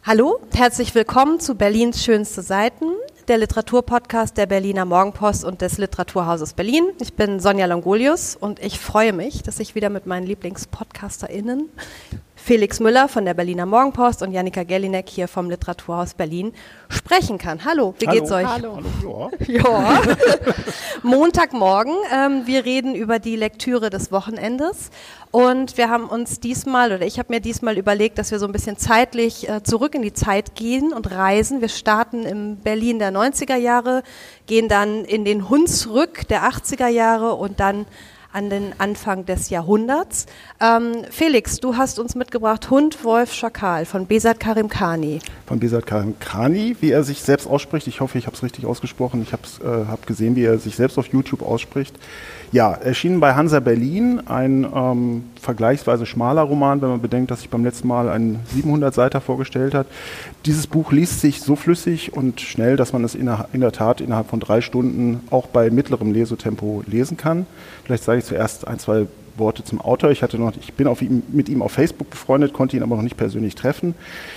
Hallo, herzlich willkommen zu Berlins schönste Seiten, der Literaturpodcast der Berliner Morgenpost und des Literaturhauses Berlin. Ich bin Sonja Langolius und ich freue mich, dass ich wieder mit meinen LieblingspodcasterInnen Felix Müller von der Berliner Morgenpost und Jannika Gellinek hier vom Literaturhaus Berlin sprechen kann. Hallo, wie geht's euch? Hallo. Ja. Montagmorgen. Wir reden über die Lektüre des Wochenendes und wir haben uns diesmal, oder ich habe mir diesmal überlegt, dass wir so ein bisschen zeitlich zurück in die Zeit gehen und reisen. Wir starten im Berlin der 90er Jahre, gehen dann in den Hunsrück der 80er Jahre und dann an den Anfang des Jahrhunderts. Felix, du hast uns mitgebracht Hund, Wolf, Schakal von Behzad Karimkhani. Von Behzad Karimkhani, wie er sich selbst ausspricht. Ich hoffe, ich habe es richtig ausgesprochen. Ich habe gesehen, wie er sich selbst auf YouTube ausspricht. Ja, erschienen bei Hansa Berlin, ein vergleichsweise schmaler Roman, wenn man bedenkt, dass ich beim letzten Mal einen 700-Seiter vorgestellt hat. Dieses Buch liest sich so flüssig und schnell, dass man es in der Tat innerhalb von 3 Stunden auch bei mittlerem Lesetempo lesen kann. Vielleicht sage ich zuerst 1, 2 Worte zum Autor. Ich bin mit ihm auf Facebook befreundet, konnte ihn aber noch nicht persönlich treffen.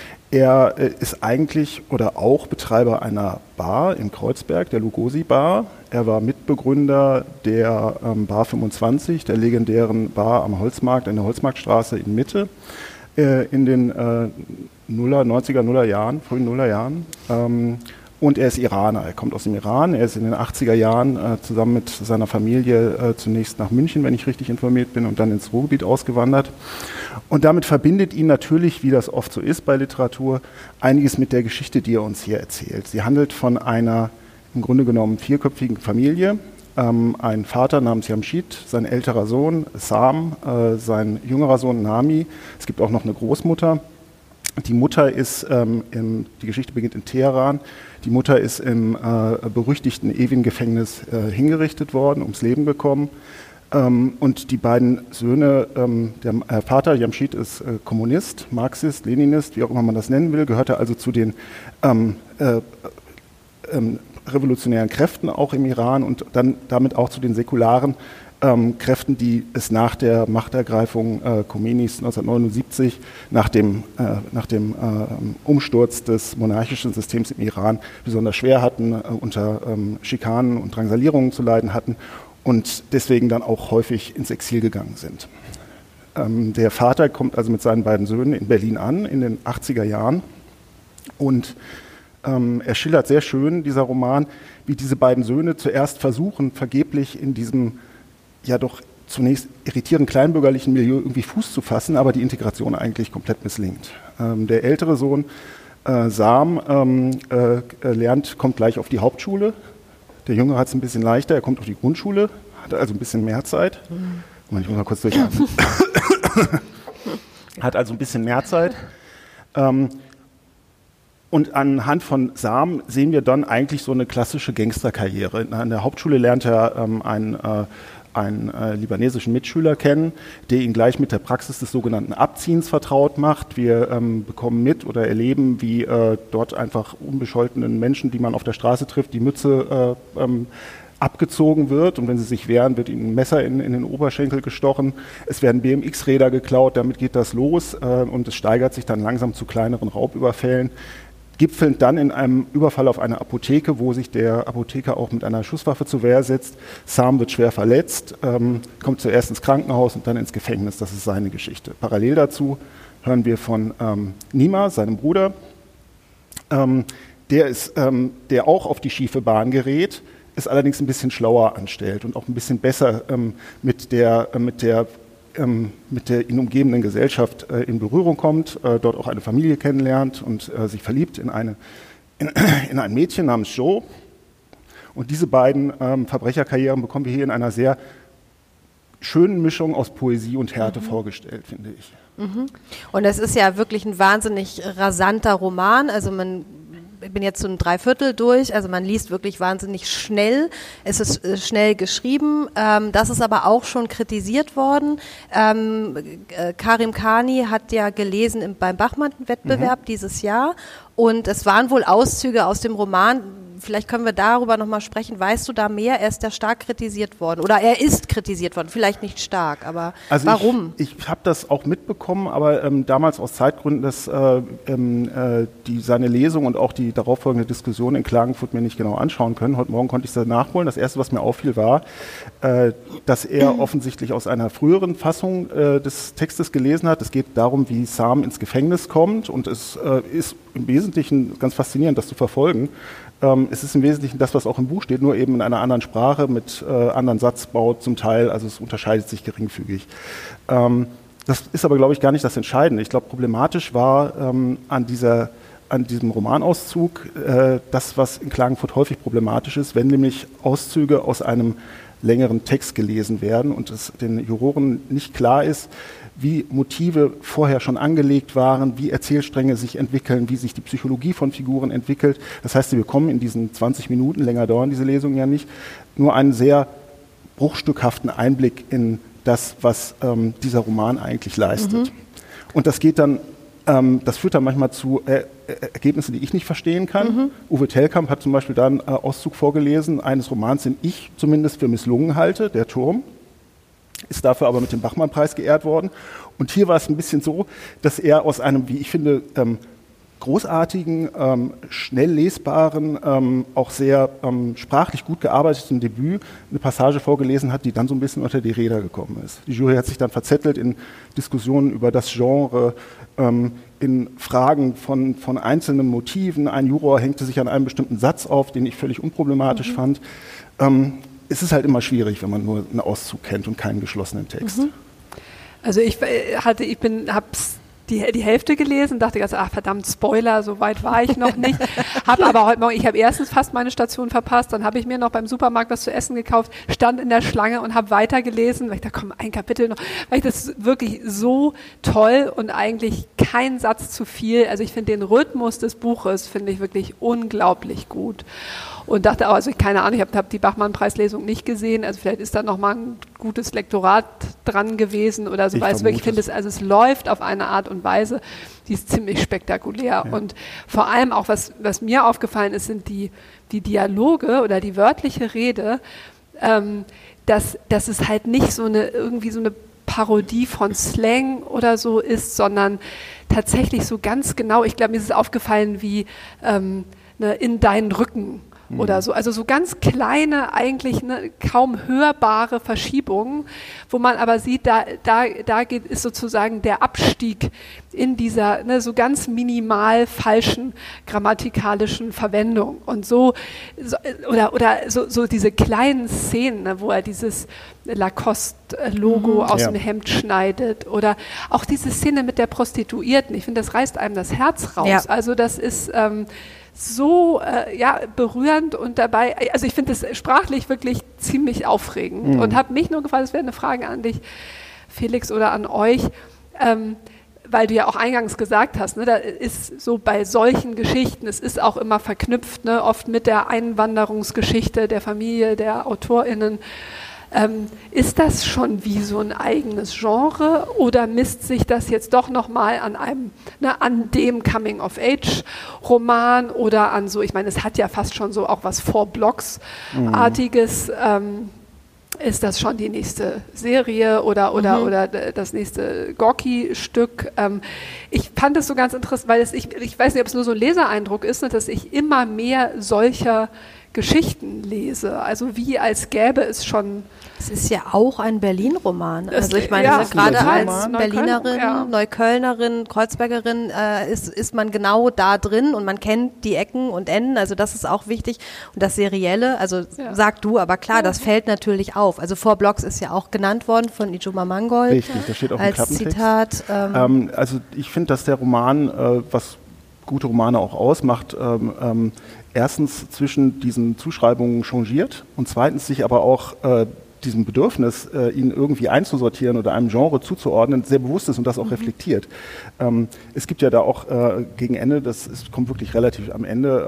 Er ist eigentlich oder auch Betreiber einer Bar in Kreuzberg, der Lugosi Bar. Er war Mitbegründer der Bar 25, der legendären Bar am Holzmarkt, in der Holzmarktstraße in Mitte, in den 90er, frühen Nullerjahren. Und er ist Iraner, er kommt aus dem Iran. Er ist in den 80er Jahren zusammen mit seiner Familie zunächst nach München, wenn ich richtig informiert bin, und dann ins Ruhrgebiet ausgewandert. Und damit verbindet ihn natürlich, wie das oft so ist bei Literatur, einiges mit der Geschichte, die er uns hier erzählt. Sie handelt von einer im Grunde genommen 4-köpfigen Familie. Ein Vater namens Jamshid, sein älterer Sohn Sam, sein jüngerer Sohn Nami. Es gibt auch noch eine Großmutter. Die Mutter ist, die Geschichte beginnt in Teheran, die Mutter ist im berüchtigten Evin-Gefängnis hingerichtet worden, ums Leben gekommen. Und die beiden Söhne, der Vater Jamshid ist Kommunist, Marxist, Leninist, wie auch immer man das nennen will, gehörte also zu den revolutionären Kräften auch im Iran und dann damit auch zu den säkularen Kräften, die es nach der Machtergreifung Khomeinis 1979, nach dem Umsturz des monarchischen Systems im Iran besonders schwer hatten, unter Schikanen und Drangsalierungen zu leiden hatten und deswegen dann auch häufig ins Exil gegangen sind. Der Vater kommt also mit seinen beiden Söhnen in Berlin an, in den 80er Jahren, und er schildert sehr schön, dieser Roman, wie diese beiden Söhne zuerst versuchen, vergeblich in diesem ja doch zunächst irritierend kleinbürgerlichen Milieu irgendwie Fuß zu fassen, aber die Integration eigentlich komplett misslingt. Der ältere Sohn, Sam, kommt gleich auf die Hauptschule. Der Jüngere hat es ein bisschen leichter, er kommt auf die Grundschule, hat also ein bisschen mehr Zeit. Ich muss mal kurz durchatmen. Hat also ein bisschen mehr Zeit. Und anhand von Sam sehen wir dann eigentlich so eine klassische Gangsterkarriere. An der Hauptschule lernt er einen libanesischen Mitschüler kennen, der ihn gleich mit der Praxis des sogenannten Abziehens vertraut macht. Wir bekommen mit oder erleben, wie dort einfach unbescholtenen Menschen, die man auf der Straße trifft, die Mütze abgezogen wird, und wenn sie sich wehren, wird ihnen ein Messer in den Oberschenkel gestochen. Es werden BMX-Räder geklaut, damit geht das los, und es steigert sich dann langsam zu kleineren Raubüberfällen. Gipfelnd dann in einem Überfall auf eine Apotheke, wo sich der Apotheker auch mit einer Schusswaffe zur Wehr setzt. Sam wird schwer verletzt, kommt zuerst ins Krankenhaus und dann ins Gefängnis. Das ist seine Geschichte. Parallel dazu hören wir von Nima, seinem Bruder, der auch auf die schiefe Bahn gerät, es allerdings ein bisschen schlauer anstellt und auch ein bisschen besser mit der ihn umgebenden Gesellschaft in Berührung kommt, dort auch eine Familie kennenlernt und sich verliebt in ein Mädchen namens Joe. Und diese beiden Verbrecherkarrieren bekommen wir hier in einer sehr schönen Mischung aus Poesie und Härte vorgestellt, finde ich. Und es ist ja wirklich ein wahnsinnig rasanter Roman, also ich bin jetzt so ein Dreiviertel durch, also man liest wirklich wahnsinnig schnell, es ist schnell geschrieben, das ist aber auch schon kritisiert worden. Karimkhani hat ja gelesen beim Bachmann-Wettbewerb dieses Jahr Und es waren wohl Auszüge aus dem Roman. Vielleicht können wir darüber nochmal sprechen. Weißt du da mehr? Er ist ja stark kritisiert worden. Oder er ist kritisiert worden. Vielleicht nicht stark, aber also warum? Ich habe das auch mitbekommen, aber damals aus Zeitgründen, dass seine Lesung und auch die darauffolgende Diskussion in Klagenfurt mir nicht genau anschauen können. Heute Morgen konnte ich es nachholen. Das Erste, was mir auffiel, war, dass er offensichtlich aus einer früheren Fassung des Textes gelesen hat. Es geht darum, wie Sam ins Gefängnis kommt, und es ist im Wesentlichen ganz faszinierend, das zu verfolgen. Es ist im Wesentlichen das, was auch im Buch steht, nur eben in einer anderen Sprache, mit anderen Satzbau zum Teil, also es unterscheidet sich geringfügig. Das ist aber, glaube ich, gar nicht das Entscheidende. Ich glaube, problematisch war an diesem Romanauszug das, was in Klagenfurt häufig problematisch ist, wenn nämlich Auszüge aus einem längeren Text gelesen werden und es den Juroren nicht klar ist, wie Motive vorher schon angelegt waren, wie Erzählstränge sich entwickeln, wie sich die Psychologie von Figuren entwickelt. Das heißt, sie bekommen in diesen 20 Minuten, länger dauern diese Lesungen ja nicht, nur einen sehr bruchstückhaften Einblick in das, was dieser Roman eigentlich leistet. Und das geht dann, das führt dann manchmal zu Ergebnissen, die ich nicht verstehen kann. Uwe Tellkamp hat zum Beispiel da einen Auszug vorgelesen, eines Romans, den ich zumindest für misslungen halte, Der Turm. Ist dafür aber mit dem Bachmann-Preis geehrt worden. Und hier war es ein bisschen so, dass er aus einem, wie ich finde, großartigen, schnell lesbaren, auch sehr sprachlich gut gearbeiteten Debüt eine Passage vorgelesen hat, die dann so ein bisschen unter die Räder gekommen ist. Die Jury hat sich dann verzettelt in Diskussionen über das Genre, in Fragen von einzelnen Motiven. Ein Juror hängte sich an einem bestimmten Satz auf, den ich völlig unproblematisch fand. Es ist halt immer schwierig, wenn man nur einen Auszug kennt und keinen geschlossenen Text. Also ich habe die Hälfte gelesen, dachte ganz, ach verdammt, Spoiler, so weit war ich noch nicht. Habe aber heute Morgen, ich habe erstens fast meine Station verpasst, dann habe ich mir noch beim Supermarkt was zu essen gekauft, stand in der Schlange und habe weitergelesen, weil ich dachte, komm, ein Kapitel noch, weil ich das wirklich so toll und eigentlich kein Satz zu viel, also ich finde den Rhythmus des Buches, finde ich wirklich unglaublich gut. Und dachte auch, also keine Ahnung, ich habe die Bachmann-Preislesung nicht gesehen, also vielleicht ist da nochmal ein gutes Lektorat dran gewesen oder so, weil es wirklich, ich finde, es läuft auf eine Art und Weise, die ist ziemlich spektakulär. Ja. Und vor allem auch, was mir aufgefallen ist, sind die Dialoge oder die wörtliche Rede, dass es halt nicht irgendwie so eine Parodie von Slang oder so ist, sondern tatsächlich so ganz genau, ich glaube, mir ist es aufgefallen wie in deinen Rücken oder so. Also so ganz kleine, eigentlich kaum hörbare Verschiebungen, wo man aber sieht, da ist sozusagen der Abstieg in dieser so ganz minimal falschen grammatikalischen Verwendung. Und so diese kleinen Szenen, wo er dieses Lacoste-Logo aus dem Hemd schneidet oder auch diese Szene mit der Prostituierten. Ich finde, das reißt einem das Herz raus. Ja. Also das ist so berührend und dabei, also ich finde das sprachlich wirklich ziemlich aufregend und habe mich nur gefragt, es wäre eine Frage an dich, Felix, oder an euch, weil du ja auch eingangs gesagt hast, da ist so bei solchen Geschichten, es ist auch immer verknüpft, oft mit der Einwanderungsgeschichte der Familie, der AutorInnen. Ist das schon wie so ein eigenes Genre oder misst sich das jetzt doch nochmal an an dem Coming-of-Age-Roman oder an so, ich meine, es hat ja fast schon so auch was Four-Blocks-artiges. Ist das schon die nächste Serie oder das nächste Gorki-Stück? Ich fand es so ganz interessant, weil ich weiß nicht, ob es nur so ein Lesereindruck ist, dass ich immer mehr solcher Geschichten lese. Also wie als gäbe es schon... Es ist ja auch ein Berlin-Roman. Also ich meine, gerade als Berlinerin, Neuköllnerin, Kreuzbergerin ist man genau da drin und man kennt die Ecken und Enden. Also das ist auch wichtig. Und das Serielle, also sag du, aber klar, das fällt natürlich auf. Also Four Blocks ist ja auch genannt worden von Ijoma Mangold. Richtig, das steht auch im als Zitat. Also ich finde, dass der Roman, was gute Romane auch ausmacht, erstens zwischen diesen Zuschreibungen changiert und zweitens sich aber auch diesem Bedürfnis, ihn irgendwie einzusortieren oder einem Genre zuzuordnen, sehr bewusst ist und das auch reflektiert. Es gibt ja da auch gegen Ende, kommt wirklich relativ am Ende,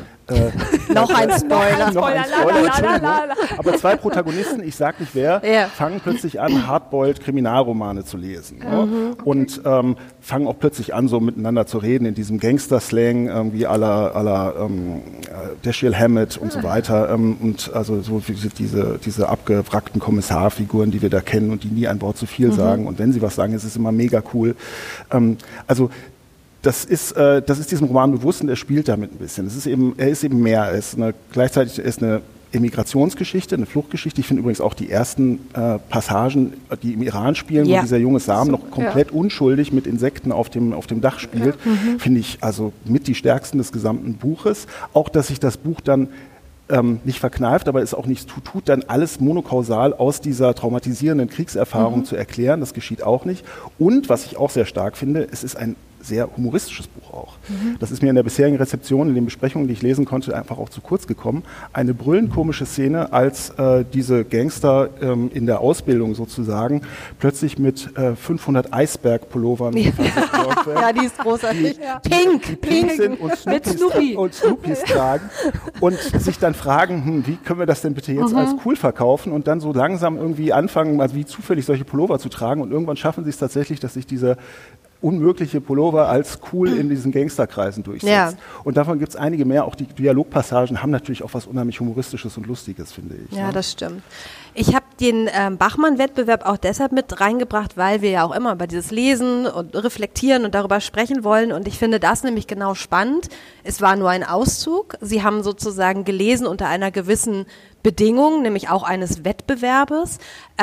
noch ein Spoiler. Entschuldigung. Aber 2 Protagonisten, ich sag nicht wer, fangen plötzlich an, Hardboiled Kriminalromane zu lesen. Ne? Und fangen auch plötzlich an, so miteinander zu reden in diesem Gangster-Slang, irgendwie à la Dashiell Hammett und so weiter. Und also so wie diese abgewrackten Kommissarfiguren, die wir da kennen und die nie ein Wort zu viel sagen. Und wenn sie was sagen, ist es immer mega cool. Also das ist diesem Roman bewusst und er spielt damit ein bisschen. Er ist eben mehr. Gleichzeitig ist eine Emigrationsgeschichte, eine Fluchtgeschichte. Ich finde übrigens auch die ersten Passagen, die im Iran spielen, wo dieser junge Sam noch komplett unschuldig mit Insekten auf dem Dach spielt, finde ich also mit die stärksten des gesamten Buches. Auch, dass sich das Buch dann nicht verkneift, aber es auch nicht tut, dann alles monokausal aus dieser traumatisierenden Kriegserfahrung zu erklären. Das geschieht auch nicht. Und, was ich auch sehr stark finde, es ist ein sehr humoristisches Buch auch. Das ist mir in der bisherigen Rezeption, in den Besprechungen, die ich lesen konnte, einfach auch zu kurz gekommen. Eine brüllend komische Szene, als diese Gangster in der Ausbildung sozusagen plötzlich mit 500 Eisberg-Pullovern versorgt werden. Ja, die ist großartig. Die pink sind und Snoopys tragen und sich dann fragen, wie können wir das denn bitte jetzt als cool verkaufen und dann so langsam irgendwie anfangen, also wie zufällig solche Pullover zu tragen und irgendwann schaffen sie es tatsächlich, dass sich diese unmögliche Pullover als cool in diesen Gangsterkreisen durchsetzt. Ja. Und davon gibt es einige mehr. Auch die Dialogpassagen haben natürlich auch was unheimlich Humoristisches und Lustiges, finde ich. Ja, das stimmt. Ich habe den Bachmann-Wettbewerb auch deshalb mit reingebracht, weil wir ja auch immer über dieses Lesen und Reflektieren und darüber sprechen wollen. Und ich finde das nämlich genau spannend. Es war nur ein Auszug. Sie haben sozusagen gelesen unter einer gewissen Bedingung, nämlich auch eines Wettbewerbes.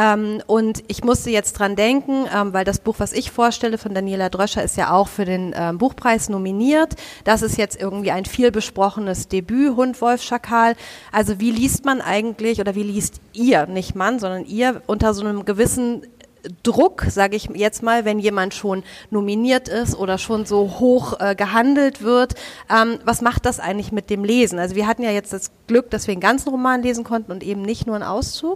Und ich musste jetzt dran denken, weil das Buch, was ich vorstelle von Daniela Dröscher, ist ja auch für den Buchpreis nominiert. Das ist jetzt irgendwie ein viel besprochenes Debüt, Hund, Wolf, Schakal. Also wie liest man eigentlich oder wie liest ihr, nicht Mann, sondern ihr unter so einem gewissen Druck, sage ich jetzt mal, wenn jemand schon nominiert ist oder schon so hoch gehandelt wird. Was macht das eigentlich mit dem Lesen? Also wir hatten ja jetzt das Glück, dass wir einen ganzen Roman lesen konnten und eben nicht nur einen Auszug.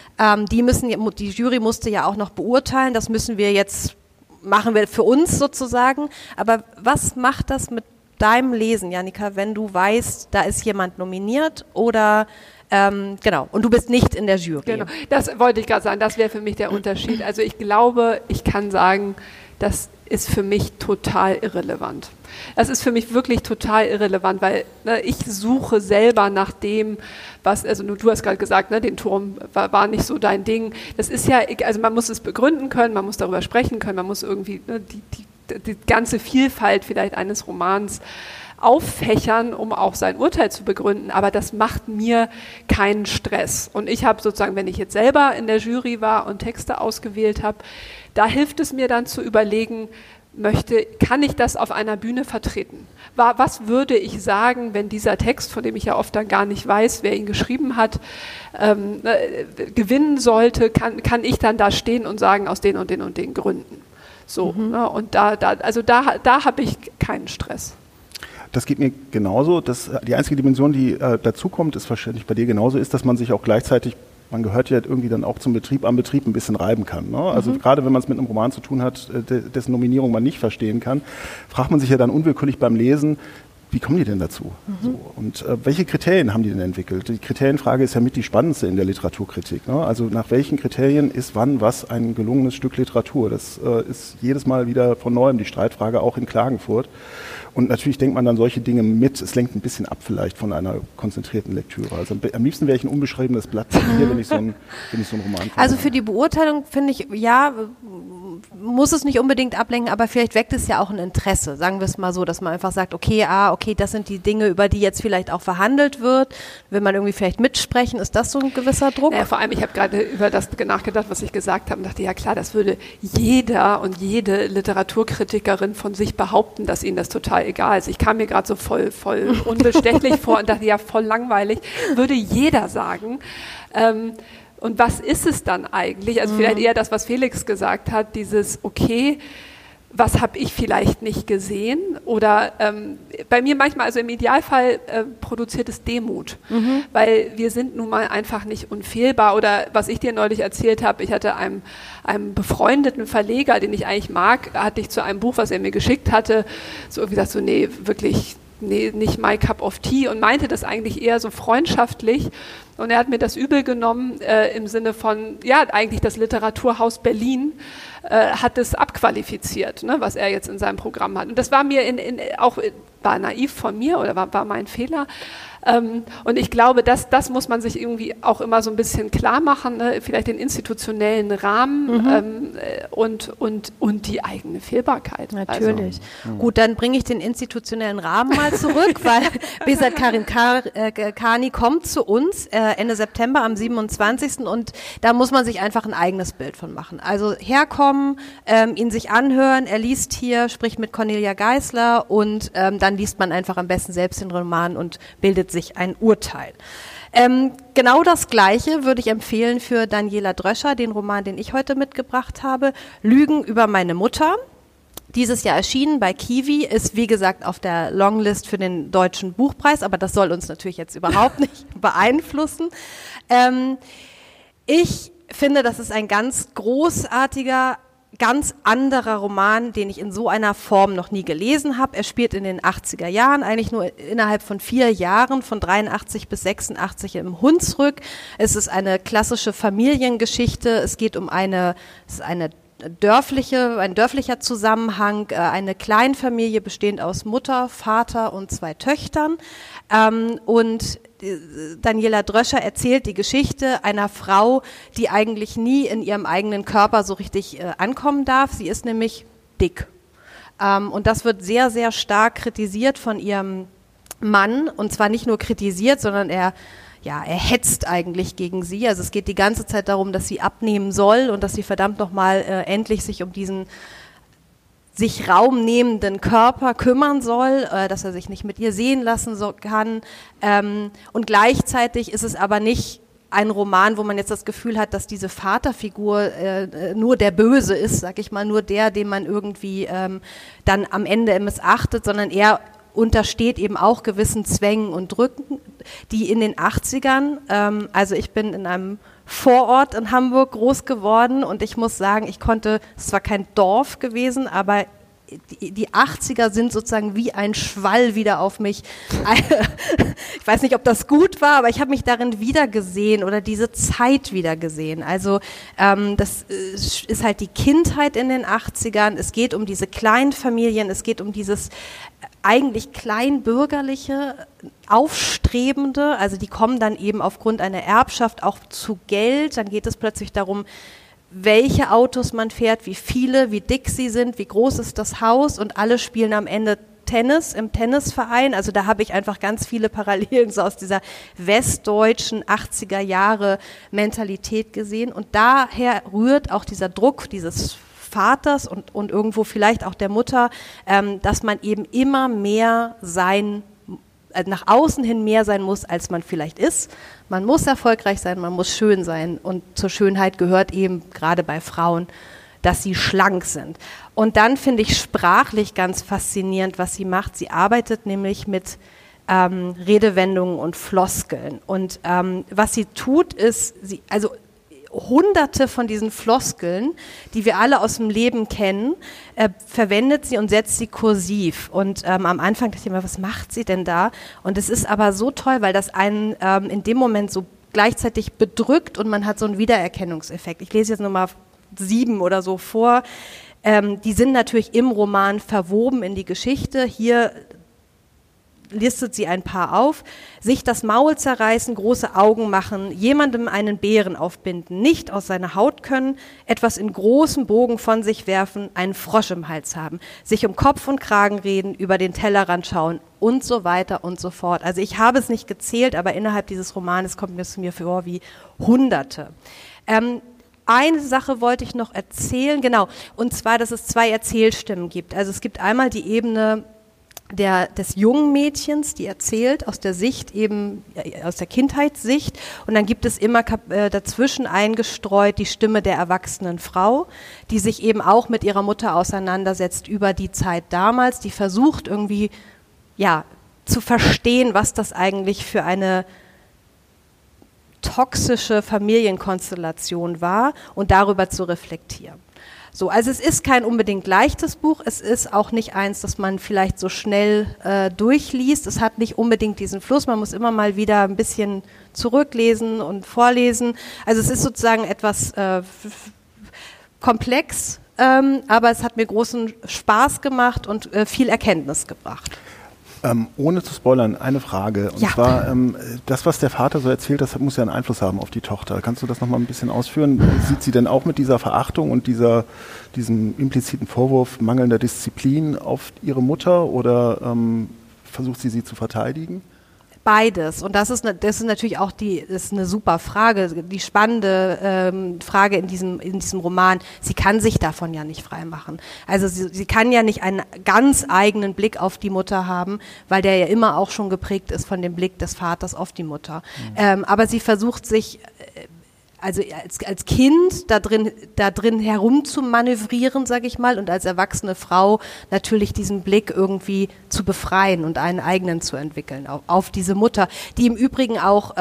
Die Jury musste ja auch noch beurteilen, das machen wir für uns sozusagen. Aber was macht das mit deinem Lesen, Jannika, wenn du weißt, da ist jemand nominiert oder genau, und du bist nicht in der Jury. Genau, das wollte ich gerade sagen, das wäre für mich der Unterschied. Also ich glaube, ich kann sagen, das ist für mich total irrelevant. Das ist für mich wirklich total irrelevant, weil ich suche selber nach dem, also du hast gerade gesagt, den Turm war nicht so dein Ding. Das ist ja, also man muss es begründen können, man muss darüber sprechen können, man muss irgendwie die ganze Vielfalt vielleicht eines Romans auffächern, um auch sein Urteil zu begründen, aber das macht mir keinen Stress. Und ich habe sozusagen, wenn ich jetzt selber in der Jury war und Texte ausgewählt habe, da hilft es mir dann zu überlegen, kann ich das auf einer Bühne vertreten? Was würde ich sagen, wenn dieser Text, von dem ich ja oft dann gar nicht weiß, wer ihn geschrieben hat, gewinnen sollte, kann ich dann da stehen und sagen, aus den und den und den Gründen. So, und da habe ich keinen Stress. Das geht mir genauso. Die einzige Dimension, die dazu kommt, ist wahrscheinlich bei dir genauso, ist, dass man sich auch gleichzeitig, man gehört ja irgendwie dann auch zum Betrieb, am Betrieb ein bisschen reiben kann. Ne? Also gerade wenn man es mit einem Roman zu tun hat, dessen Nominierung man nicht verstehen kann, fragt man sich ja dann unwillkürlich beim Lesen, wie kommen die denn dazu? So, und welche Kriterien haben die denn entwickelt? Die Kriterienfrage ist ja mit die spannendste in der Literaturkritik. Ne? Also nach welchen Kriterien ist wann was ein gelungenes Stück Literatur? Das ist jedes Mal wieder von Neuem die Streitfrage, auch in Klagenfurt. Und natürlich denkt man dann solche Dinge mit. Es lenkt ein bisschen ab vielleicht von einer konzentrierten Lektüre. Also am liebsten wäre ich ein unbeschriebenes Blatt Papier, wenn ich so einen Roman finde. Also für die Beurteilung finde ich, ja, muss es nicht unbedingt ablenken, aber vielleicht weckt es ja auch ein Interesse. Sagen wir es mal so, dass man einfach sagt, okay, das sind die Dinge, über die jetzt vielleicht auch verhandelt wird. Will man irgendwie vielleicht mitsprechen? Ist das so ein gewisser Druck? Naja, vor allem, ich habe gerade über das nachgedacht, was ich gesagt habe und dachte, ja klar, das würde jeder und jede Literaturkritikerin von sich behaupten, dass ihnen das total egal ist. Ich kam mir gerade so voll unbestechlich vor und dachte, ja, voll langweilig. Würde jeder sagen. Und was ist es dann eigentlich? Also vielleicht eher das, was Felix gesagt hat, dieses, okay, was habe ich vielleicht nicht gesehen? Oder bei mir manchmal, also im Idealfall produziert es Demut, weil wir sind nun mal einfach nicht unfehlbar. Oder was ich dir neulich erzählt habe, ich hatte einem befreundeten Verleger, den ich eigentlich mag, hatte ich zu einem Buch, was er mir geschickt hatte, so gesagt, so nee, wirklich, nee, nicht my cup of tea, und meinte das eigentlich eher so freundschaftlich. Und er hat mir das übel genommen im Sinne von, ja, eigentlich das Literaturhaus Berlin hat es abqualifiziert, ne, was er jetzt in seinem Programm hat. Und das war mir war naiv von mir oder war mein Fehler. Und ich glaube, das muss man sich irgendwie auch immer so ein bisschen klar machen, ne? Vielleicht den institutionellen Rahmen und die eigene Fehlbarkeit. Natürlich. Also. Gut, dann bringe ich den institutionellen Rahmen mal zurück, weil Behzad Karimkhani kommt zu uns Ende September am 27. und da muss man sich einfach ein eigenes Bild von machen. Also herkommen, ihn sich anhören, er liest hier, spricht mit Cornelia Geisler und dann liest man einfach am besten selbst den Roman und bildet sich ein Urteil. Genau das Gleiche würde ich empfehlen für Daniela Dröscher, den Roman, den ich heute mitgebracht habe, Lügen über meine Mutter. Dieses Jahr erschienen bei Kiwi, ist wie gesagt auf der Longlist für den Deutschen Buchpreis, aber das soll uns natürlich jetzt überhaupt nicht beeinflussen. Ich finde, das ist ein ganz großartiger, ganz anderer Roman, den ich in so einer Form noch nie gelesen habe. Er spielt in den 80er Jahren, eigentlich nur innerhalb von 4 Jahren, von 83 bis 86 im Hunsrück. Es ist eine klassische Familiengeschichte. Es geht um ein dörflicher Zusammenhang, eine Kleinfamilie bestehend aus Mutter, Vater und 2 Töchtern. Und Daniela Dröscher erzählt die Geschichte einer Frau, die eigentlich nie in ihrem eigenen Körper so richtig ankommen darf. Sie ist nämlich dick. Und das wird sehr, sehr stark kritisiert von ihrem Mann. Und zwar nicht nur kritisiert, sondern er hetzt eigentlich gegen sie. Also es geht die ganze Zeit darum, dass sie abnehmen soll und dass sie verdammt nochmal endlich sich um diesen sich Raum nehmenden Körper kümmern soll, dass er sich nicht mit ihr sehen lassen kann. Und gleichzeitig ist es aber nicht ein Roman, wo man jetzt das Gefühl hat, dass diese Vaterfigur nur der Böse ist, sag ich mal, nur der, den man irgendwie dann am Ende missachtet, sondern er untersteht eben auch gewissen Zwängen und Drücken, die in den 80ern, also ich bin in einem Vorort in Hamburg groß geworden und ich muss sagen, es war kein Dorf gewesen, aber die 80er sind sozusagen wie ein Schwall wieder auf mich. Ich weiß nicht, ob das gut war, aber ich habe mich darin wiedergesehen oder diese Zeit wiedergesehen. Also das ist halt die Kindheit in den 80ern. Es geht um diese Kleinfamilien, es geht um dieses eigentlich kleinbürgerliche, aufstrebende, also die kommen dann eben aufgrund einer Erbschaft auch zu Geld. Dann geht es plötzlich darum, welche Autos man fährt, wie viele, wie dick sie sind, wie groß ist das Haus und alle spielen am Ende Tennis im Tennisverein. Also da habe ich einfach ganz viele Parallelen so aus dieser westdeutschen 80er Jahre Mentalität gesehen und daher rührt auch dieser Druck dieses Vaters und irgendwo vielleicht auch der Mutter, dass man eben immer mehr nach außen hin mehr sein muss, als man vielleicht ist. Man muss erfolgreich sein, man muss schön sein und zur Schönheit gehört eben gerade bei Frauen, dass sie schlank sind. Und dann finde ich sprachlich ganz faszinierend, was sie macht. Sie arbeitet nämlich mit Redewendungen und Floskeln. Und was sie tut, ist, Hunderte von diesen Floskeln, die wir alle aus dem Leben kennen, verwendet sie und setzt sie kursiv. Und am Anfang dachte ich mir, was macht sie denn da? Und es ist aber so toll, weil das einen in dem Moment so gleichzeitig bedrückt und man hat so einen Wiedererkennungseffekt. Ich lese jetzt nochmal 7 oder so vor. Die sind natürlich im Roman verwoben in die Geschichte. Hier listet sie ein paar auf. Sich das Maul zerreißen, große Augen machen, jemandem einen Bären aufbinden, nicht aus seiner Haut können, etwas in großem Bogen von sich werfen, einen Frosch im Hals haben, sich um Kopf und Kragen reden, über den Tellerrand schauen und so weiter und so fort. Also ich habe es nicht gezählt, aber innerhalb dieses Romanes kommt es mir vor wie Hunderte. Eine Sache wollte ich noch erzählen, genau, und zwar, dass es 2 Erzählstimmen gibt. Also es gibt einmal die Ebene des jungen Mädchens, die erzählt aus der Sicht eben, aus der Kindheitssicht, und dann gibt es immer dazwischen eingestreut die Stimme der erwachsenen Frau, die sich eben auch mit ihrer Mutter auseinandersetzt über die Zeit damals, die versucht irgendwie, ja, zu verstehen, was das eigentlich für eine toxische Familienkonstellation war und darüber zu reflektieren. So, also es ist kein unbedingt leichtes Buch, es ist auch nicht eins, das man vielleicht so schnell durchliest, es hat nicht unbedingt diesen Fluss, man muss immer mal wieder ein bisschen zurücklesen und vorlesen, also es ist sozusagen etwas komplex, aber es hat mir großen Spaß gemacht und viel Erkenntnis gebracht. Ohne zu spoilern, eine Frage. Und zwar, das, was der Vater so erzählt, das muss ja einen Einfluss haben auf die Tochter. Kannst du das nochmal ein bisschen ausführen? Sieht sie denn auch mit dieser Verachtung und diesem impliziten Vorwurf mangelnder Disziplin auf ihre Mutter oder versucht sie zu verteidigen? Beides. Und das ist natürlich auch das ist eine super Frage, die spannende Frage in diesem Roman. Sie kann sich davon ja nicht freimachen. Also sie kann ja nicht einen ganz eigenen Blick auf die Mutter haben, weil der ja immer auch schon geprägt ist von dem Blick des Vaters auf die Mutter. Aber sie versucht sich also als Kind da drin herum zu manövrieren, sage ich mal, und als erwachsene Frau natürlich diesen Blick irgendwie zu befreien und einen eigenen zu entwickeln auf diese Mutter, die im Übrigen auch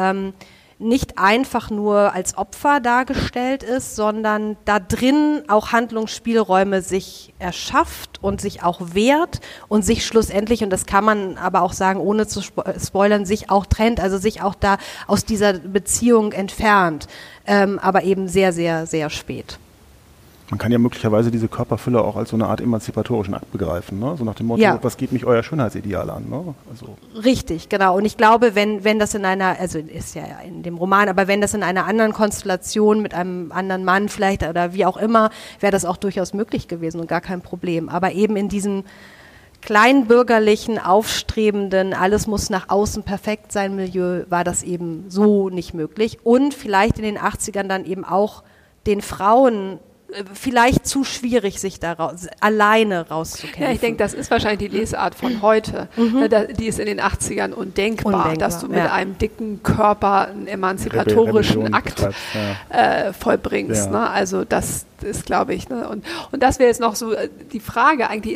nicht einfach nur als Opfer dargestellt ist, sondern da drin auch Handlungsspielräume sich erschafft und sich auch wehrt und sich schlussendlich, und das kann man aber auch sagen, ohne zu spoilern, sich auch trennt, also sich auch da aus dieser Beziehung entfernt, aber eben sehr, sehr, sehr spät. Man kann ja möglicherweise diese Körperfülle auch als so eine Art emanzipatorischen Akt begreifen, ne? So nach dem Motto, was geht mich euer Schönheitsideal an? Ne? Also. Richtig, genau. Und ich glaube, wenn das also ist ja in dem Roman, aber wenn das in einer anderen Konstellation mit einem anderen Mann vielleicht oder wie auch immer, wäre das auch durchaus möglich gewesen und gar kein Problem. Aber eben in diesem kleinbürgerlichen, aufstrebenden, alles muss nach außen perfekt sein Milieu, war das eben so nicht möglich. Und vielleicht in den 80ern dann eben auch den Frauen vielleicht zu schwierig, sich da alleine rauszukämpfen. Ja, ich denke, das ist wahrscheinlich die Lesart von heute. Die ist in den 80ern undenkbar, dass du mit einem dicken Körper einen emanzipatorischen Akt vollbringst. Ja. Ne? Also das ist, glaube ich, ne? Und das wäre jetzt noch so die Frage eigentlich,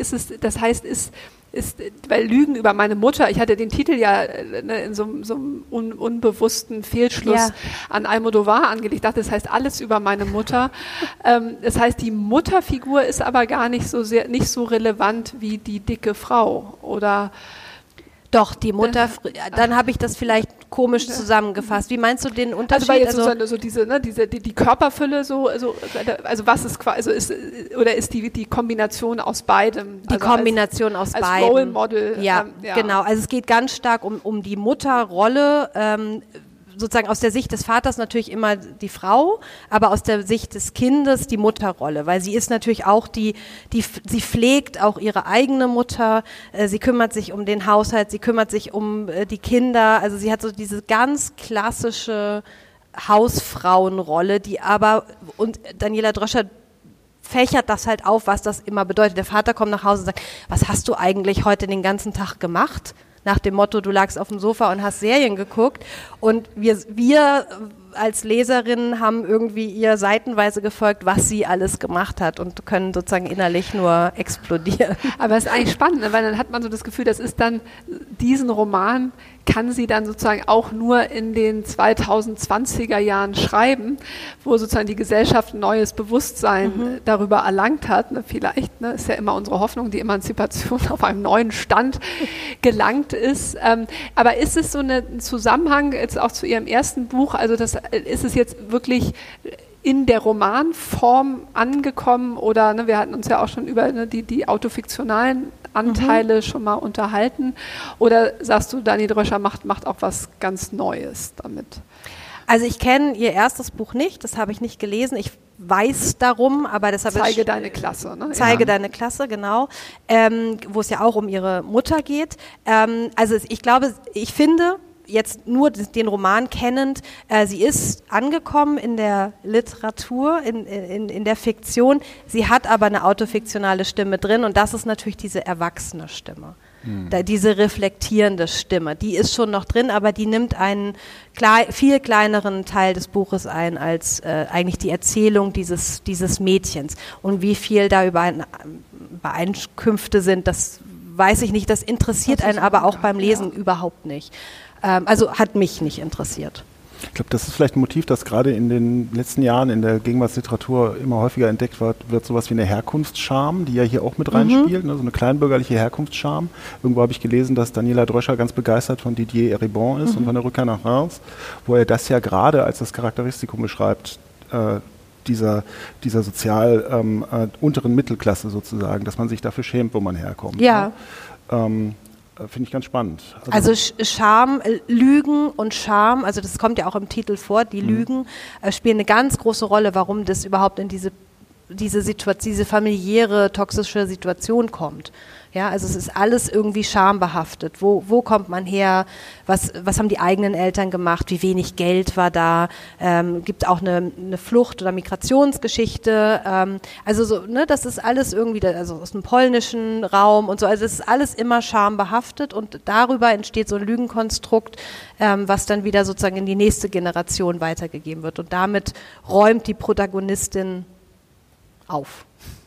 weil Lügen über meine Mutter, ich hatte den Titel ja in so einem unbewussten Fehlschluss an Almodovar angelegt. Ich dachte, das heißt alles über meine Mutter. Das heißt, die Mutterfigur ist aber gar nicht so relevant wie die dicke Frau, oder? Doch, die Mutter, dann habe ich das vielleicht komisch zusammengefasst. Wie meinst du den Unterschied? Also weil jetzt die Körperfülle also was ist quasi, ist die Kombination aus beidem? Die Kombination aus beidem. Als Role Model. Ja, genau. Also es geht ganz stark um die Mutterrolle, sozusagen aus der Sicht des Vaters natürlich immer die Frau, aber aus der Sicht des Kindes die Mutterrolle, weil sie ist natürlich auch sie pflegt auch ihre eigene Mutter, sie kümmert sich um den Haushalt, sie kümmert sich um die Kinder, also sie hat so diese ganz klassische Hausfrauenrolle, und Daniela Dröscher fächert das halt auf, was das immer bedeutet. Der Vater kommt nach Hause und sagt, was hast du eigentlich heute den ganzen Tag gemacht? Nach dem Motto, du lagst auf dem Sofa und hast Serien geguckt. Und wir als Leserinnen haben irgendwie ihr seitenweise gefolgt, was sie alles gemacht hat und können sozusagen innerlich nur explodieren. Aber es ist eigentlich spannend, weil dann hat man so das Gefühl, das ist dann, diesen Roman kann sie dann sozusagen auch nur in den 2020er Jahren schreiben, wo sozusagen die Gesellschaft ein neues Bewusstsein darüber erlangt hat. Ne, vielleicht ist ja immer unsere Hoffnung, die Emanzipation auf einem neuen Stand gelangt ist. Aber ist es so ein Zusammenhang jetzt auch zu Ihrem ersten Buch? Also ist es jetzt wirklich in der Romanform angekommen oder wir hatten uns ja auch schon über die autofiktionalen Anteile schon mal unterhalten, oder sagst du, Dani Dröscher macht auch was ganz Neues damit? Also ich kenne ihr erstes Buch nicht, das habe ich nicht gelesen, ich weiß darum, aber deshalb Zeige deine Klasse, ne? Zeige deine Klasse, genau, wo es ja auch um ihre Mutter geht. Also ich finde, jetzt nur den Roman kennend, sie ist angekommen in der Literatur, in der Fiktion, sie hat aber eine autofiktionale Stimme drin und das ist natürlich diese erwachsene Stimme. Diese reflektierende Stimme, die ist schon noch drin, aber die nimmt einen viel kleineren Teil des Buches ein als eigentlich die Erzählung dieses Mädchens. Und wie viel da Übereinkünfte sind, das weiß ich nicht, das interessiert einen aber auch beim Lesen überhaupt nicht. Also hat mich nicht interessiert. Ich glaube, das ist vielleicht ein Motiv, das gerade in den letzten Jahren in der Gegenwartsliteratur immer häufiger entdeckt wird sowas wie eine Herkunftsscham, die ja hier auch mit reinspielt, ne, so eine kleinbürgerliche Herkunftsscham. Irgendwo habe ich gelesen, dass Daniela Dröscher ganz begeistert von Didier Eribon ist und von der Rückkehr nach Reims, wo er das ja gerade als das Charakteristikum beschreibt, dieser sozial unteren Mittelklasse sozusagen, dass man sich dafür schämt, wo man herkommt. Ja. Ne? Finde ich ganz spannend. Also Scham, Lügen und Scham, also das kommt ja auch im Titel vor, die Lügen spielen eine ganz große Rolle, warum das überhaupt in diese familiäre, toxische Situation kommt. Ja, also es ist alles irgendwie schambehaftet. Wo kommt man her? Was haben die eigenen Eltern gemacht? Wie wenig Geld war da? Gibt auch eine Flucht- oder Migrationsgeschichte. Also so, ne, das ist alles irgendwie, also aus dem polnischen Raum und so. Also es ist alles immer schambehaftet und darüber entsteht so ein Lügenkonstrukt, was dann wieder sozusagen in die nächste Generation weitergegeben wird. Und damit räumt die Protagonistin auf.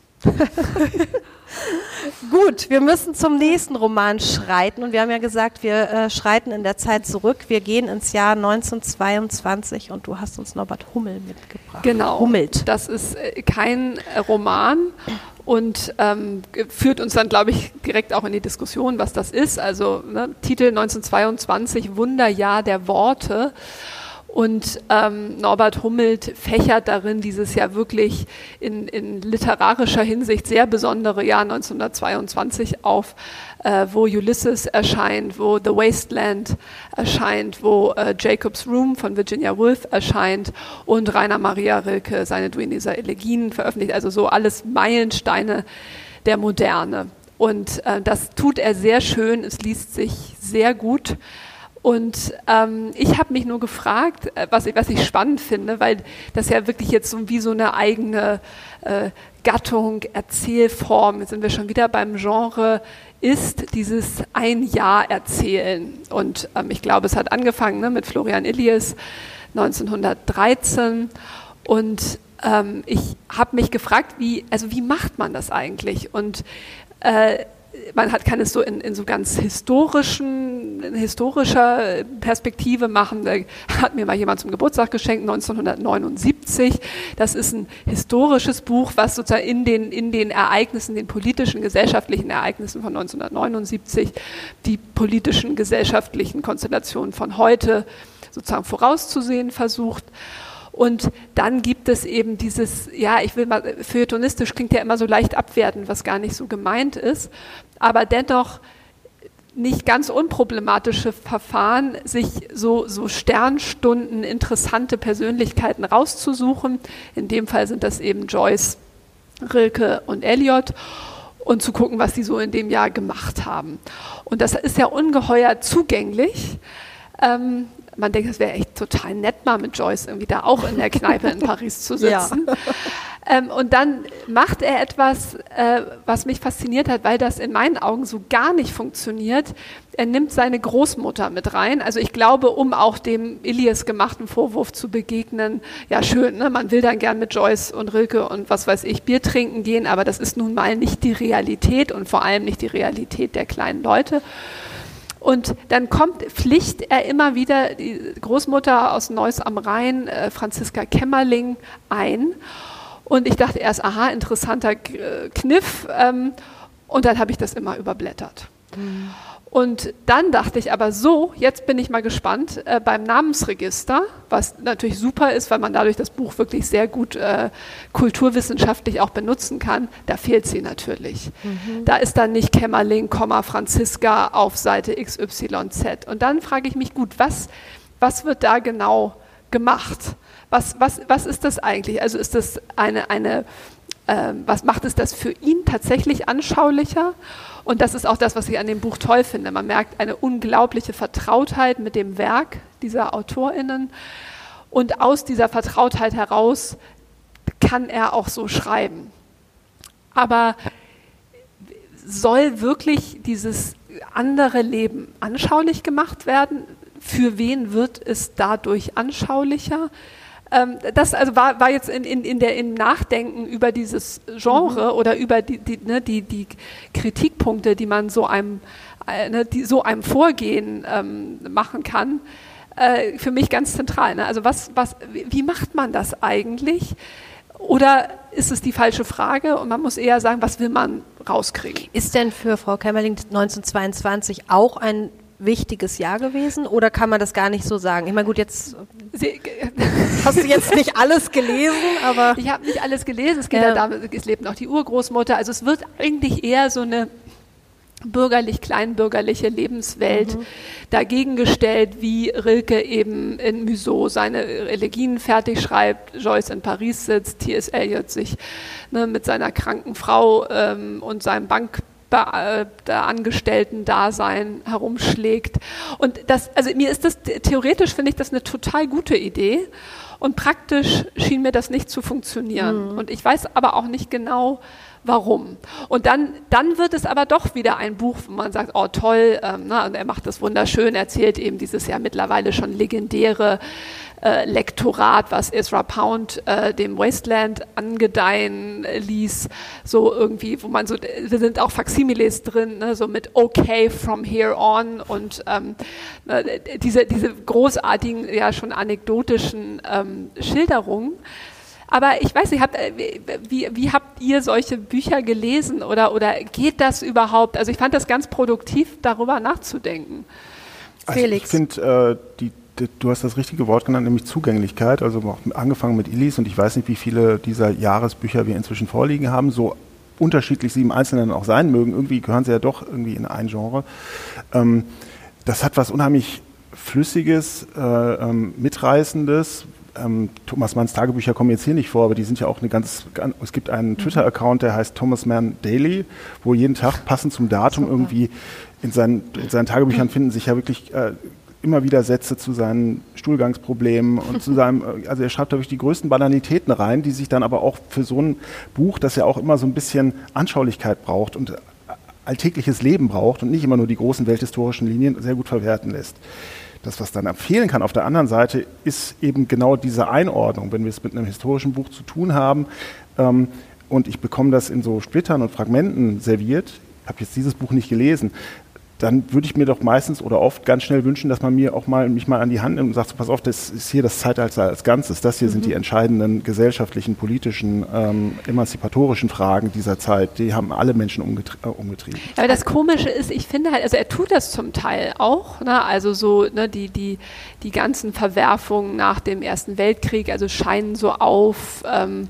Gut, wir müssen zum nächsten Roman schreiten und wir haben ja gesagt, wir schreiten in der Zeit zurück. Wir gehen ins Jahr 1922 und du hast uns Norbert Hummel mitgebracht. Genau, Hummelt. Das ist kein Roman und führt uns dann, glaube ich, direkt auch in die Diskussion, was das ist. Also Titel 1922, Wunderjahr der Worte. Und Norbert Hummelt fächert darin dieses ja wirklich in literarischer Hinsicht sehr besondere Jahr 1922 auf, wo Ulysses erscheint, wo The Wasteland erscheint, wo Jacob's Room von Virginia Woolf erscheint und Rainer Maria Rilke seine Duineser Elegien veröffentlicht. Also so alles Meilensteine der Moderne. Und das tut er sehr schön, es liest sich sehr gut. Und ich habe mich nur gefragt, was ich spannend finde, weil das ja wirklich jetzt so wie so eine eigene Gattung, Erzählform, jetzt sind wir schon wieder beim Genre, ist dieses Ein-Jahr-Erzählen. Und ich glaube, es hat angefangen mit Florian Illies 1913 und ich habe mich gefragt, wie macht man das eigentlich? Und kann es so in so ganz historischer Perspektive machen. Da hat mir mal jemand zum Geburtstag geschenkt, 1979. Das ist ein historisches Buch, was sozusagen in den Ereignissen, den politischen, gesellschaftlichen Ereignissen von 1979, die politischen, gesellschaftlichen Konstellationen von heute sozusagen vorauszusehen versucht. Und dann gibt es eben dieses, feuilletonistisch klingt ja immer so leicht abwertend, was gar nicht so gemeint ist, aber dennoch nicht ganz unproblematische Verfahren, sich so Sternstunden interessante Persönlichkeiten rauszusuchen. In dem Fall sind das eben Joyce, Rilke und Eliot. Und zu gucken, was die so in dem Jahr gemacht haben. Und das ist ja ungeheuer zugänglich. Man denkt, es wäre echt total nett, mal mit Joyce irgendwie da auch in der Kneipe in Paris zu sitzen. Ja. Und dann macht er etwas, was mich fasziniert hat, weil das in meinen Augen so gar nicht funktioniert. Er nimmt seine Großmutter mit rein. Also ich glaube, um auch dem Illies gemachten Vorwurf zu begegnen, ja schön, ne? Man will dann gern mit Joyce und Rilke und was weiß ich, Bier trinken gehen, aber das ist nun mal nicht die Realität und vor allem nicht die Realität der kleinen Leute. Und dann pflicht er immer wieder die Großmutter aus Neuss am Rhein, Franziska Kämmerling, ein. Und ich dachte erst, aha, interessanter Kniff. Und dann habe ich das immer überblättert. Mhm. Und dann dachte ich aber so, jetzt bin ich mal gespannt, beim Namensregister, was natürlich super ist, weil man dadurch das Buch wirklich sehr gut kulturwissenschaftlich auch benutzen kann, da fehlt sie natürlich. Mhm. Da ist dann nicht Kämmerling, Franziska auf Seite XYZ. Und dann frage ich mich, gut, was wird da genau gemacht? Was ist das eigentlich? Also ist das was macht es das für ihn tatsächlich anschaulicher? Und das ist auch das, was ich an dem Buch toll finde. Man merkt eine unglaubliche Vertrautheit mit dem Werk dieser AutorInnen. Und aus dieser Vertrautheit heraus kann er auch so schreiben. Aber soll wirklich dieses andere Leben anschaulich gemacht werden? Für wen wird es dadurch anschaulicher? Das also war jetzt im Nachdenken über dieses Genre oder über die Kritikpunkte, die man so einem Vorgehen machen kann, für mich ganz zentral. Ne? Also wie macht man das eigentlich? Oder ist es die falsche Frage und man muss eher sagen, was will man rauskriegen? Ist denn für Frau Kämmerling 1922 auch ein wichtiges Jahr gewesen oder kann man das gar nicht so sagen? Ich meine, gut, jetzt hast du jetzt nicht alles gelesen, aber... Ich habe nicht alles gelesen, es geht ja darum, es lebt noch die Urgroßmutter, also es wird eigentlich eher so eine kleinbürgerliche Lebenswelt dagegen gestellt, wie Rilke eben in Museau seine Elegien fertig schreibt, Joyce in Paris sitzt, T.S. Eliot sich mit seiner kranken Frau und seinem Angestellten-Dasein herumschlägt. Und mir ist das, theoretisch finde ich das eine total gute Idee und praktisch schien mir das nicht zu funktionieren. Und ich weiß aber auch nicht genau, warum. Und dann wird es aber doch wieder ein Buch, wo man sagt, oh toll, und er macht das wunderschön, erzählt eben dieses ja mittlerweile schon legendäre Lektorat, was Ezra Pound dem Wasteland angedeihen ließ, so irgendwie, wo man so, wir sind auch Faksimiles drin, ne, so mit okay from here on und diese großartigen, ja schon anekdotischen Schilderungen. Aber ich weiß nicht, wie habt ihr solche Bücher gelesen oder geht das überhaupt? Also ich fand das ganz produktiv, darüber nachzudenken. Also Felix. Ich finde, du hast das richtige Wort genannt, nämlich Zugänglichkeit. Also auch angefangen mit Illis und ich weiß nicht, wie viele dieser Jahresbücher wir inzwischen vorliegen haben, so unterschiedlich sie im Einzelnen auch sein mögen. Irgendwie gehören sie ja doch irgendwie in ein Genre. Das hat was unheimlich Flüssiges, Mitreißendes. Thomas Manns Tagebücher kommen jetzt hier nicht vor, aber die sind ja auch es gibt einen Twitter-Account, der heißt Thomas Mann Daily, wo jeden Tag passend zum Datum irgendwie in seinen Tagebüchern finden sich ja wirklich immer wieder Sätze zu seinen Stuhlgangsproblemen und zu seinem, also er schreibt da wirklich die größten Banalitäten rein, die sich dann aber auch für so ein Buch, das ja auch immer so ein bisschen Anschaulichkeit braucht und alltägliches Leben braucht und nicht immer nur die großen welthistorischen Linien, sehr gut verwerten lässt. Das, was dann empfehlen kann auf der anderen Seite, ist eben genau diese Einordnung, wenn wir es mit einem historischen Buch zu tun haben und ich bekomme das in so Splittern und Fragmenten serviert, ich habe jetzt dieses Buch nicht gelesen, dann würde ich mir doch meistens oder oft ganz schnell wünschen, dass man mich mal an die Hand nimmt und sagt, so, pass auf, das ist hier das Zeitalter als Ganzes. Das hier sind die entscheidenden gesellschaftlichen, politischen, emanzipatorischen Fragen dieser Zeit. Die haben alle Menschen umgetrieben. Aber das Komische ist, ich finde halt, also er tut das zum Teil auch, ne? Also so die ganzen Verwerfungen nach dem Ersten Weltkrieg, also scheinen so auf,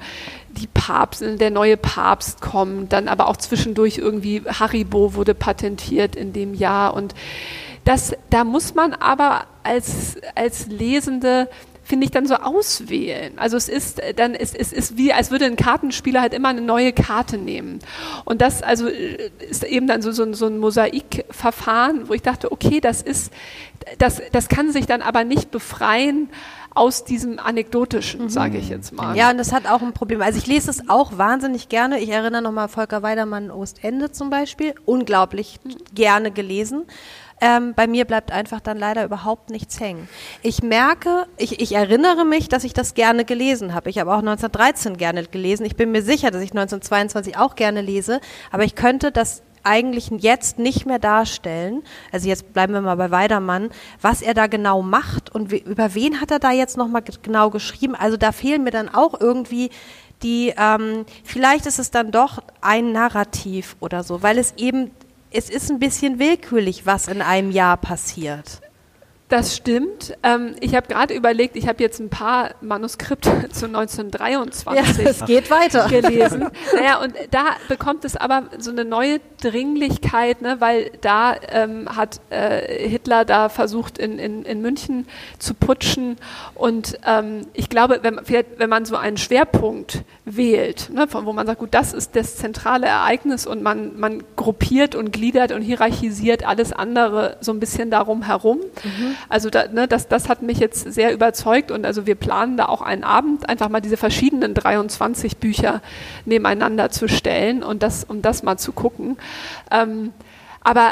der neue Papst kommt, dann aber auch zwischendurch irgendwie Haribo wurde patentiert in dem Jahr und da muss man aber als Lesende, finde ich, dann so auswählen. Also es ist wie, als würde ein Kartenspieler halt immer eine neue Karte nehmen. Und das also ist eben dann so ein Mosaikverfahren, wo ich dachte, okay, das kann sich dann aber nicht befreien aus diesem Anekdotischen, sage ich jetzt mal. Ja, und das hat auch ein Problem. Also ich lese es auch wahnsinnig gerne. Ich erinnere nochmal Volker Weidermann Ostende zum Beispiel. Unglaublich gerne gelesen. Bei mir bleibt einfach dann leider überhaupt nichts hängen. Ich merke, ich erinnere mich, dass ich das gerne gelesen habe. Ich habe auch 1913 gerne gelesen. Ich bin mir sicher, dass ich 1922 auch gerne lese. Aber ich könnte das eigentlich jetzt nicht mehr darstellen, also jetzt bleiben wir mal bei Weidermann, was er da genau macht und über wen hat er da jetzt nochmal genau geschrieben, also da fehlen mir dann auch irgendwie vielleicht ist es dann doch ein Narrativ oder so, weil es ist ein bisschen willkürlich, was in einem Jahr passiert. Das stimmt. Ich habe gerade überlegt, ich habe jetzt ein paar Manuskripte zu 1923 es geht weiter. gelesen. Naja, und da bekommt es aber so eine neue Dringlichkeit, ne, weil da hat Hitler da versucht, in München zu putschen. Und ich glaube, wenn man so einen Schwerpunkt wählt, ne, wo man sagt, gut, das ist das zentrale Ereignis und man gruppiert und gliedert und hierarchisiert alles andere so ein bisschen darum herum. Also das hat mich jetzt sehr überzeugt und also wir planen da auch einen Abend, einfach mal diese verschiedenen 23 Bücher nebeneinander zu stellen und um das mal zu gucken. Aber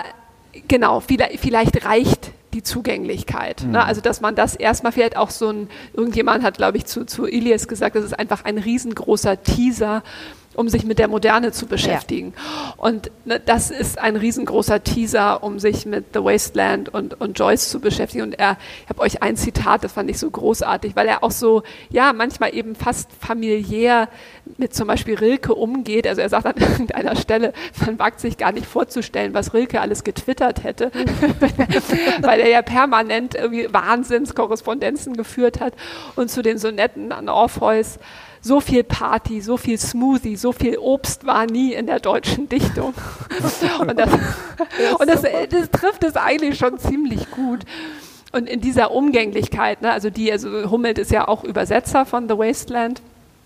Genau, vielleicht reicht die Zugänglichkeit. Ne? Also dass man das erstmal vielleicht auch irgendjemand hat, glaube ich, zu Ilias gesagt, das ist einfach ein riesengroßer Teaser, um sich mit der Moderne zu beschäftigen. Ja. Und das ist ein riesengroßer Teaser, um sich mit The Wasteland und Joyce zu beschäftigen. Und ich habe euch ein Zitat, das fand ich so großartig, weil er auch so, ja, manchmal eben fast familiär mit zum Beispiel Rilke umgeht. Also er sagt an irgendeiner Stelle, man wagt sich gar nicht vorzustellen, was Rilke alles getwittert hätte, weil er ja permanent irgendwie Wahnsinnskorrespondenzen geführt hat. Und zu den Sonetten an Orpheus: so viel Party, so viel Smoothie, so viel Obst war nie in der deutschen Dichtung. Und das trifft es eigentlich schon ziemlich gut. Und in dieser Umgänglichkeit, ne, also Hummelt ist ja auch Übersetzer von The Wasteland,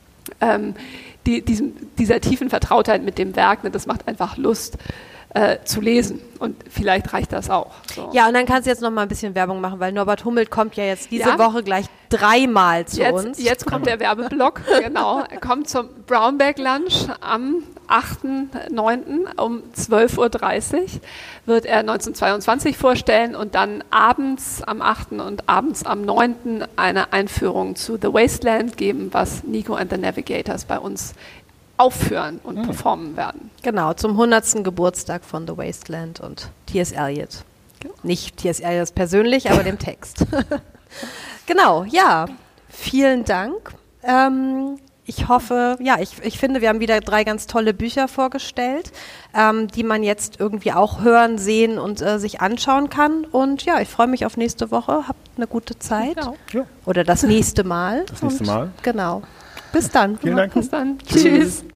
dieser tiefen Vertrautheit mit dem Werk, ne, das macht einfach Lust zu lesen. Und vielleicht reicht das auch. So. Ja, und dann kannst du jetzt noch mal ein bisschen Werbung machen, weil Norbert Hummelt kommt ja jetzt diese Woche gleich 3-mal zu uns. Jetzt kommt der Werbeblock, genau. Er kommt zum Brownback Lunch am 8.9. um 12.30 Uhr. Wird er 1922 vorstellen und dann abends am 8. und abends am 9. eine Einführung zu The Wasteland geben, was Nico and the Navigators bei uns aufführen und performen werden. Genau, zum 100. Geburtstag von The Wasteland und T.S. Eliot. Genau. Nicht T.S. Eliot persönlich, aber dem Text. Genau, ja. Vielen Dank. Ich hoffe, ja, ich finde, wir haben wieder 3 ganz tolle Bücher vorgestellt, die man jetzt irgendwie auch hören, sehen und sich anschauen kann. Und ja, ich freue mich auf nächste Woche. Habt eine gute Zeit. Genau. Ja. Oder das nächste Mal. Das nächste Mal. Genau. Bis dann. Vielen Dank. Bis dann. Tschüss.